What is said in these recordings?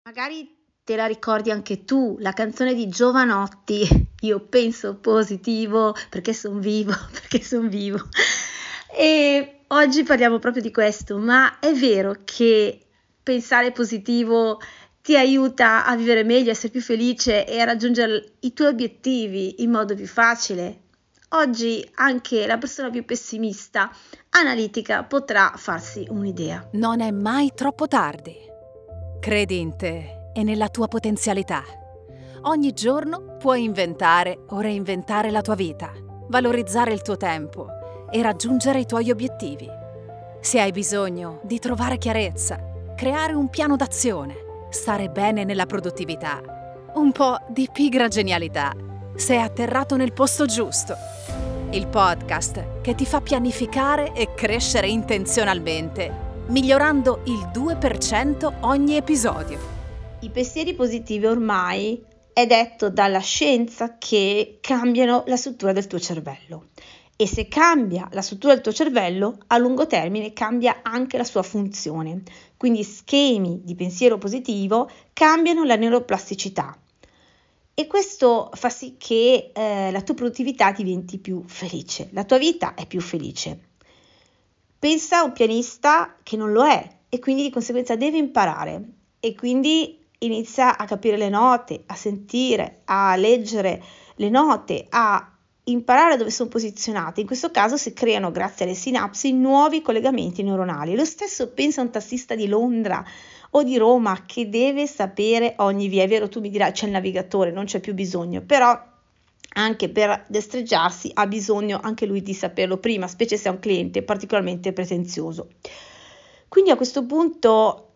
Magari te la ricordi anche tu, la canzone di Giovanotti, Io penso positivo perché son vivo, perché son vivo. E oggi parliamo proprio di questo, ma è vero che pensare positivo ti aiuta a vivere meglio, a essere più felice e a raggiungere i tuoi obiettivi in modo più facile? Oggi anche la persona più pessimista, analitica, potrà farsi un'idea. Non è mai troppo tardi. Credi in te e nella tua potenzialità. Ogni giorno puoi inventare o reinventare la tua vita, valorizzare il tuo tempo e raggiungere i tuoi obiettivi. Se hai bisogno di trovare chiarezza, creare un piano d'azione, stare bene nella produttività, un po' di pigra genialità, sei atterrato nel posto giusto. Il podcast che ti fa pianificare e crescere intenzionalmente, migliorando il 2% ogni episodio. I pensieri positivi ormai è detto dalla scienza che cambiano la struttura del tuo cervello. E se cambia la struttura del tuo cervello, a lungo termine cambia anche la sua funzione. Quindi schemi di pensiero positivo cambiano la neuroplasticità. E questo fa sì che la tua produttività diventi più felice, la tua vita è più felice. Pensa a un pianista che non lo è e quindi di conseguenza deve imparare e quindi inizia a capire le note, a sentire, a leggere le note, a imparare dove sono posizionate. In questo caso si creano, grazie alle sinapsi, nuovi collegamenti neuronali. Lo stesso pensa a un tassista di Londra o di Roma che deve sapere ogni via. È vero, tu mi dirai c'è il navigatore, non c'è più bisogno, però anche per destreggiarsi ha bisogno anche lui di saperlo prima, specie se è un cliente particolarmente pretenzioso. Quindi a questo punto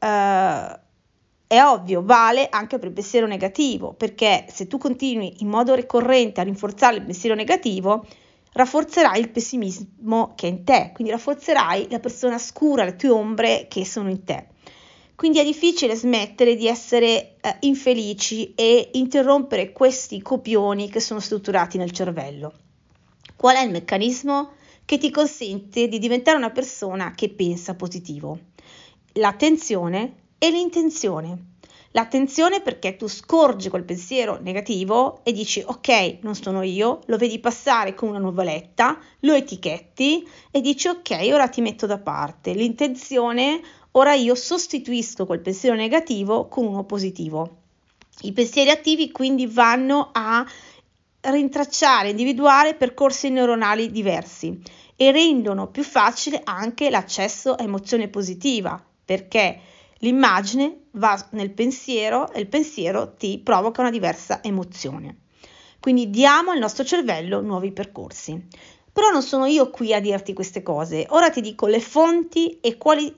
è ovvio, vale anche per il pensiero negativo, perché se tu continui in modo ricorrente a rinforzare il pensiero negativo, rafforzerai il pessimismo che è in te, quindi rafforzerai la persona scura, le tue ombre che sono in te. Quindi è difficile smettere di essere infelici e interrompere questi copioni che sono strutturati nel cervello. Qual è il meccanismo che ti consente di diventare una persona che pensa positivo? L'attenzione e l'intenzione. L'attenzione perché tu scorgi quel pensiero negativo e dici ok, non sono io, lo vedi passare con una nuvoletta, lo etichetti e dici ok, ora ti metto da parte. L'intenzione, ora io sostituisco quel pensiero negativo con uno positivo. I pensieri attivi quindi vanno a rintracciare, individuare percorsi neuronali diversi e rendono più facile anche l'accesso a emozione positiva, perché l'immagine va nel pensiero e il pensiero ti provoca una diversa emozione. Quindi diamo al nostro cervello nuovi percorsi. Però non sono io qui a dirti queste cose. Ora ti dico le fonti e quali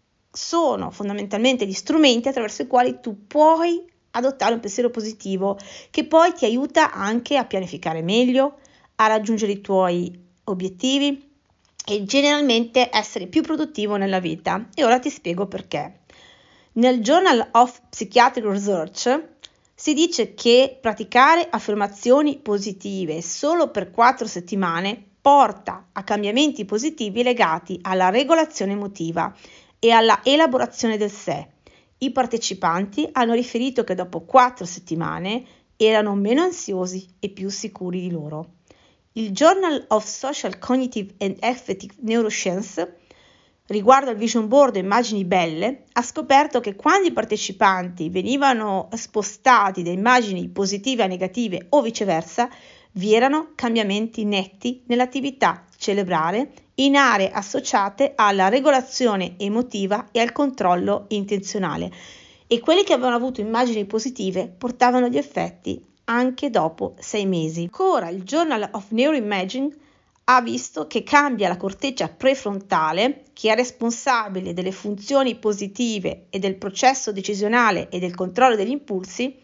sono fondamentalmente gli strumenti attraverso i quali tu puoi adottare un pensiero positivo che poi ti aiuta anche a pianificare meglio, a raggiungere i tuoi obiettivi e generalmente essere più produttivo nella vita. E ora ti spiego perché. Nel Journal of Psychiatric Research si dice che praticare affermazioni positive solo per 4 settimane porta a cambiamenti positivi legati alla regolazione emotiva e alla elaborazione del sé. I partecipanti hanno riferito che dopo 4 settimane erano meno ansiosi e più sicuri di loro. Il Journal of Social Cognitive and Affective Neuroscience, riguardo al vision board e immagini belle, ha scoperto che quando i partecipanti venivano spostati da immagini positive a negative o viceversa, vi erano cambiamenti netti nell'attività cerebrale in aree associate alla regolazione emotiva e al controllo intenzionale, e quelli che avevano avuto immagini positive portavano gli effetti anche dopo 6 mesi. Ancora il Journal of Neuroimaging ha visto che cambia la corteccia prefrontale, che è responsabile delle funzioni positive e del processo decisionale e del controllo degli impulsi,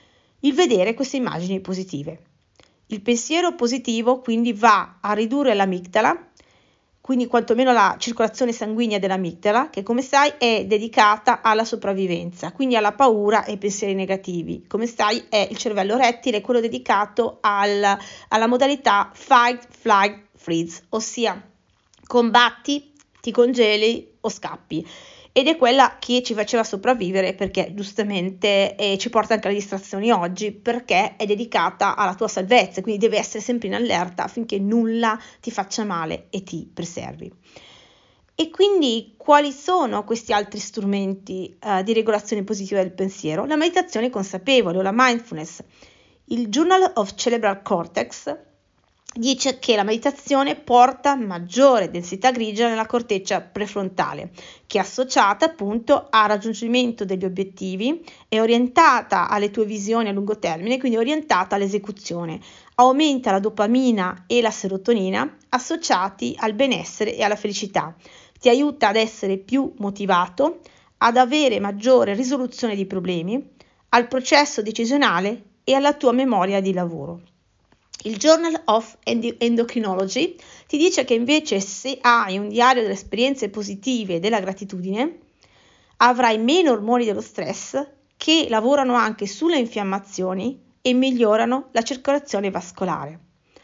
il vedere queste immagini positive. Il pensiero positivo quindi va a ridurre l'amigdala, quindi quantomeno la circolazione sanguigna dell'amigdala, che come sai è dedicata alla sopravvivenza, quindi alla paura e ai pensieri negativi. Come sai è il cervello rettile, quello dedicato alla modalità fight, flight, freeze, ossia combatti, ti congeli o scappi. ed è quella che ci faceva sopravvivere, perché giustamente ci porta anche alle distrazioni oggi, perché è dedicata alla tua salvezza, quindi deve essere sempre in allerta affinché nulla ti faccia male e ti preservi. E quindi quali sono questi altri strumenti di regolazione positiva del pensiero? La meditazione consapevole o la mindfulness. Il Journal of Cerebral Cortex dice che la meditazione porta maggiore densità grigia nella corteccia prefrontale, che è associata appunto al raggiungimento degli obiettivi, è orientata alle tue visioni a lungo termine, quindi orientata all'esecuzione. Aumenta la dopamina e la serotonina associati al benessere e alla felicità. Ti aiuta ad essere più motivato, ad avere maggiore risoluzione di problemi, al processo decisionale e alla tua memoria di lavoro. Il Journal of Endocrinology ti dice che invece se hai un diario delle esperienze positive e della gratitudine, avrai meno ormoni dello stress che lavorano anche sulle infiammazioni e migliorano la circolazione vascolare.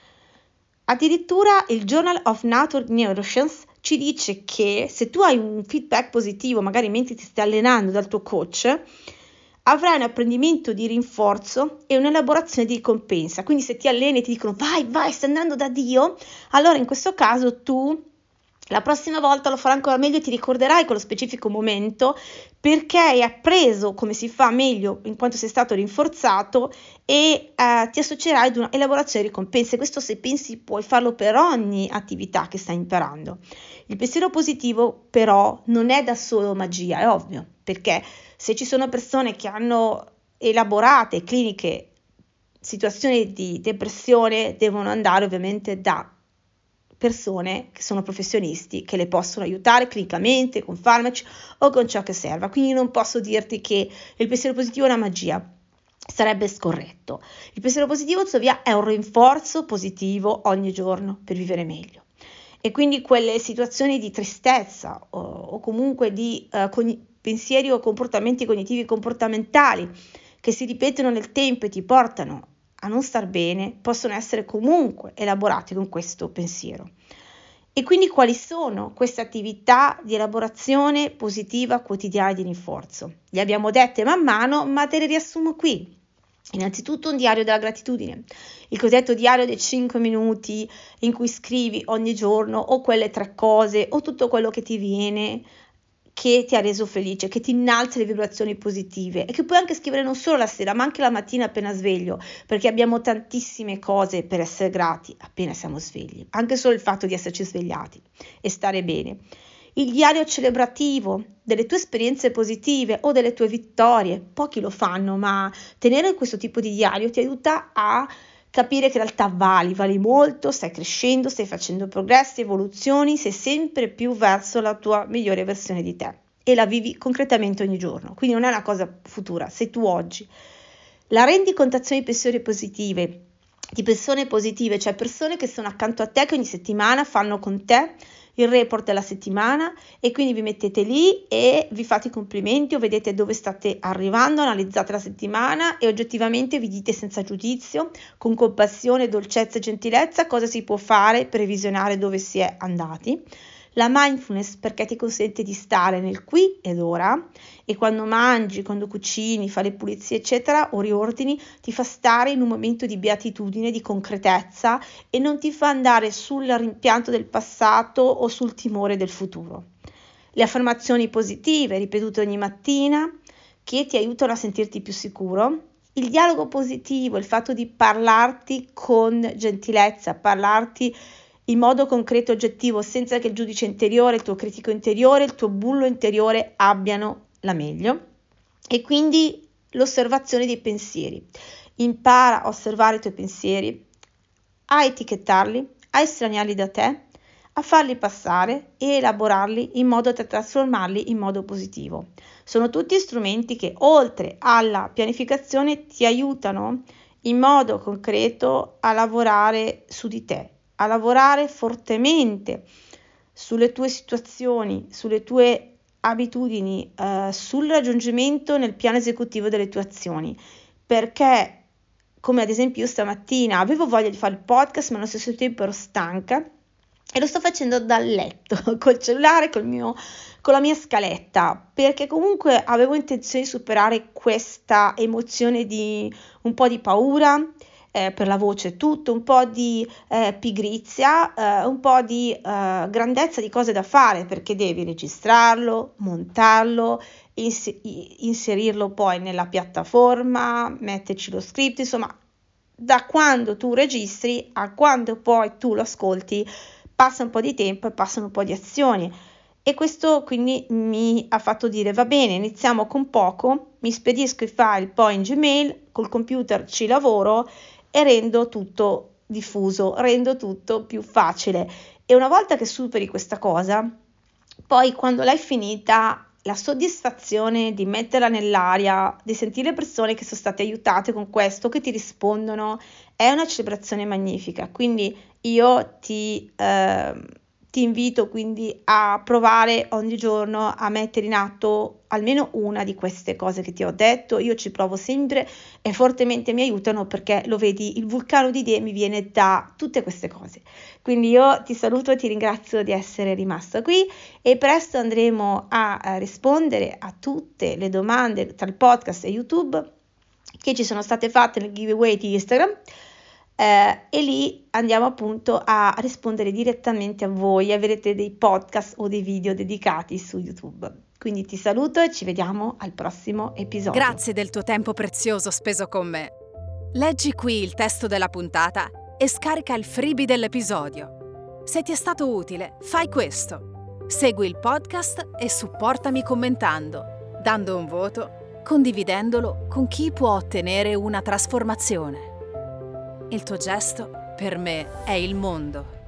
Addirittura il Journal of Nature Neuroscience ci dice che se tu hai un feedback positivo, magari mentre ti stai allenando dal tuo coach, avrai un apprendimento di rinforzo e un'elaborazione di ricompensa. Quindi se ti alleni e ti dicono vai, stai andando da Dio, allora in questo caso tu la prossima volta lo farai ancora meglio e ti ricorderai quello specifico momento, perché hai appreso come si fa meglio in quanto sei stato rinforzato e ti associerai ad una elaborazione di ricompense. Questo, se pensi, puoi farlo per ogni attività che stai imparando. Il pensiero positivo però non è da solo magia, è ovvio, perché se ci sono persone che hanno elaborate cliniche situazioni di depressione, devono andare ovviamente da persone che sono professionisti, che le possono aiutare clinicamente, con farmaci o con ciò che serva. Quindi non posso dirti che il pensiero positivo è una magia, sarebbe scorretto. Il pensiero positivo, tuttavia, è un rinforzo positivo ogni giorno per vivere meglio. E quindi quelle situazioni di tristezza o comunque di pensieri o comportamenti cognitivi comportamentali che si ripetono nel tempo e ti portano a non star bene, possono essere comunque elaborati con questo pensiero. E quindi quali sono queste attività di elaborazione positiva quotidiana di rinforzo? Le abbiamo dette man mano, ma te le riassumo qui. Innanzitutto un diario della gratitudine, il cosiddetto diario dei 5 minuti in cui scrivi ogni giorno o quelle 3 cose o tutto quello che ti viene, che ti ha reso felice, che ti innalza le vibrazioni positive e che puoi anche scrivere non solo la sera ma anche la mattina appena sveglio, perché abbiamo tantissime cose per essere grati appena siamo svegli, anche solo il fatto di esserci svegliati e stare bene. Il diario celebrativo delle tue esperienze positive o delle tue vittorie, pochi lo fanno, ma tenere questo tipo di diario ti aiuta a capire che in realtà vali molto, stai crescendo, stai facendo progressi, evoluzioni, sei sempre più verso la tua migliore versione di te e la vivi concretamente ogni giorno, quindi non è una cosa futura, sei tu oggi. La rendicontazione di pensieri positive, di persone positive, cioè persone che sono accanto a te, che ogni settimana fanno con te il report della settimana e quindi vi mettete lì e vi fate i complimenti o vedete dove state arrivando, analizzate la settimana e oggettivamente vi dite senza giudizio, con compassione, dolcezza e gentilezza cosa si può fare per visionare dove si è andati. La mindfulness perché ti consente di stare nel qui ed ora e quando mangi, quando cucini, fai le pulizie eccetera o riordini ti fa stare in un momento di beatitudine, di concretezza e non ti fa andare sul rimpianto del passato o sul timore del futuro. Le affermazioni positive ripetute ogni mattina che ti aiutano a sentirti più sicuro. Il dialogo positivo, il fatto di parlarti con gentilezza, parlarti in modo concreto e oggettivo, senza che il giudice interiore, il tuo critico interiore, il tuo bullo interiore abbiano la meglio. E quindi l'osservazione dei pensieri. Impara a osservare i tuoi pensieri, a etichettarli, a estraniarli da te, a farli passare e elaborarli in modo da trasformarli in modo positivo. Sono tutti strumenti che, oltre alla pianificazione, ti aiutano in modo concreto a lavorare su di te, a lavorare fortemente sulle tue situazioni, sulle tue abitudini, sul raggiungimento nel piano esecutivo delle tue azioni, perché come ad esempio io stamattina avevo voglia di fare il podcast ma allo stesso tempo ero stanca e lo sto facendo dal letto col cellulare, col mio con la mia scaletta, perché comunque avevo intenzione di superare questa emozione di un po' di paura per la voce, tutto, un po' di pigrizia, un po' di grandezza di cose da fare, perché devi registrarlo, montarlo, inserirlo poi nella piattaforma, metterci lo script, insomma, da quando tu registri a quando poi tu lo ascolti passa un po' di tempo e passano un po' di azioni. E questo quindi mi ha fatto dire va bene, iniziamo con poco, mi spedisco i file poi in Gmail, col computer ci lavoro e rendo tutto diffuso, rendo tutto più facile. E una volta che superi questa cosa, poi quando l'hai finita, la soddisfazione di metterla nell'aria, di sentire le persone che sono state aiutate con questo, che ti rispondono, è una celebrazione magnifica. Quindi io ti invito quindi a provare ogni giorno a mettere in atto almeno una di queste cose che ti ho detto. Io ci provo sempre e fortemente mi aiutano, perché lo vedi, il vulcano di idee mi viene da tutte queste cose. Quindi io ti saluto e ti ringrazio di essere rimasto qui, e presto andremo a rispondere a tutte le domande tra il podcast e YouTube che ci sono state fatte nel giveaway di Instagram. E lì andiamo appunto a rispondere direttamente a voi, avrete dei podcast o dei video dedicati su YouTube. Quindi ti saluto e ci vediamo al prossimo episodio. Grazie del tuo tempo prezioso speso con me. Leggi qui il testo della puntata e scarica il freebie dell'episodio. Se ti è stato utile, fai questo. Segui il podcast e supportami commentando, dando un voto, condividendolo con chi può ottenere una trasformazione. Il tuo gesto, per me, è il mondo.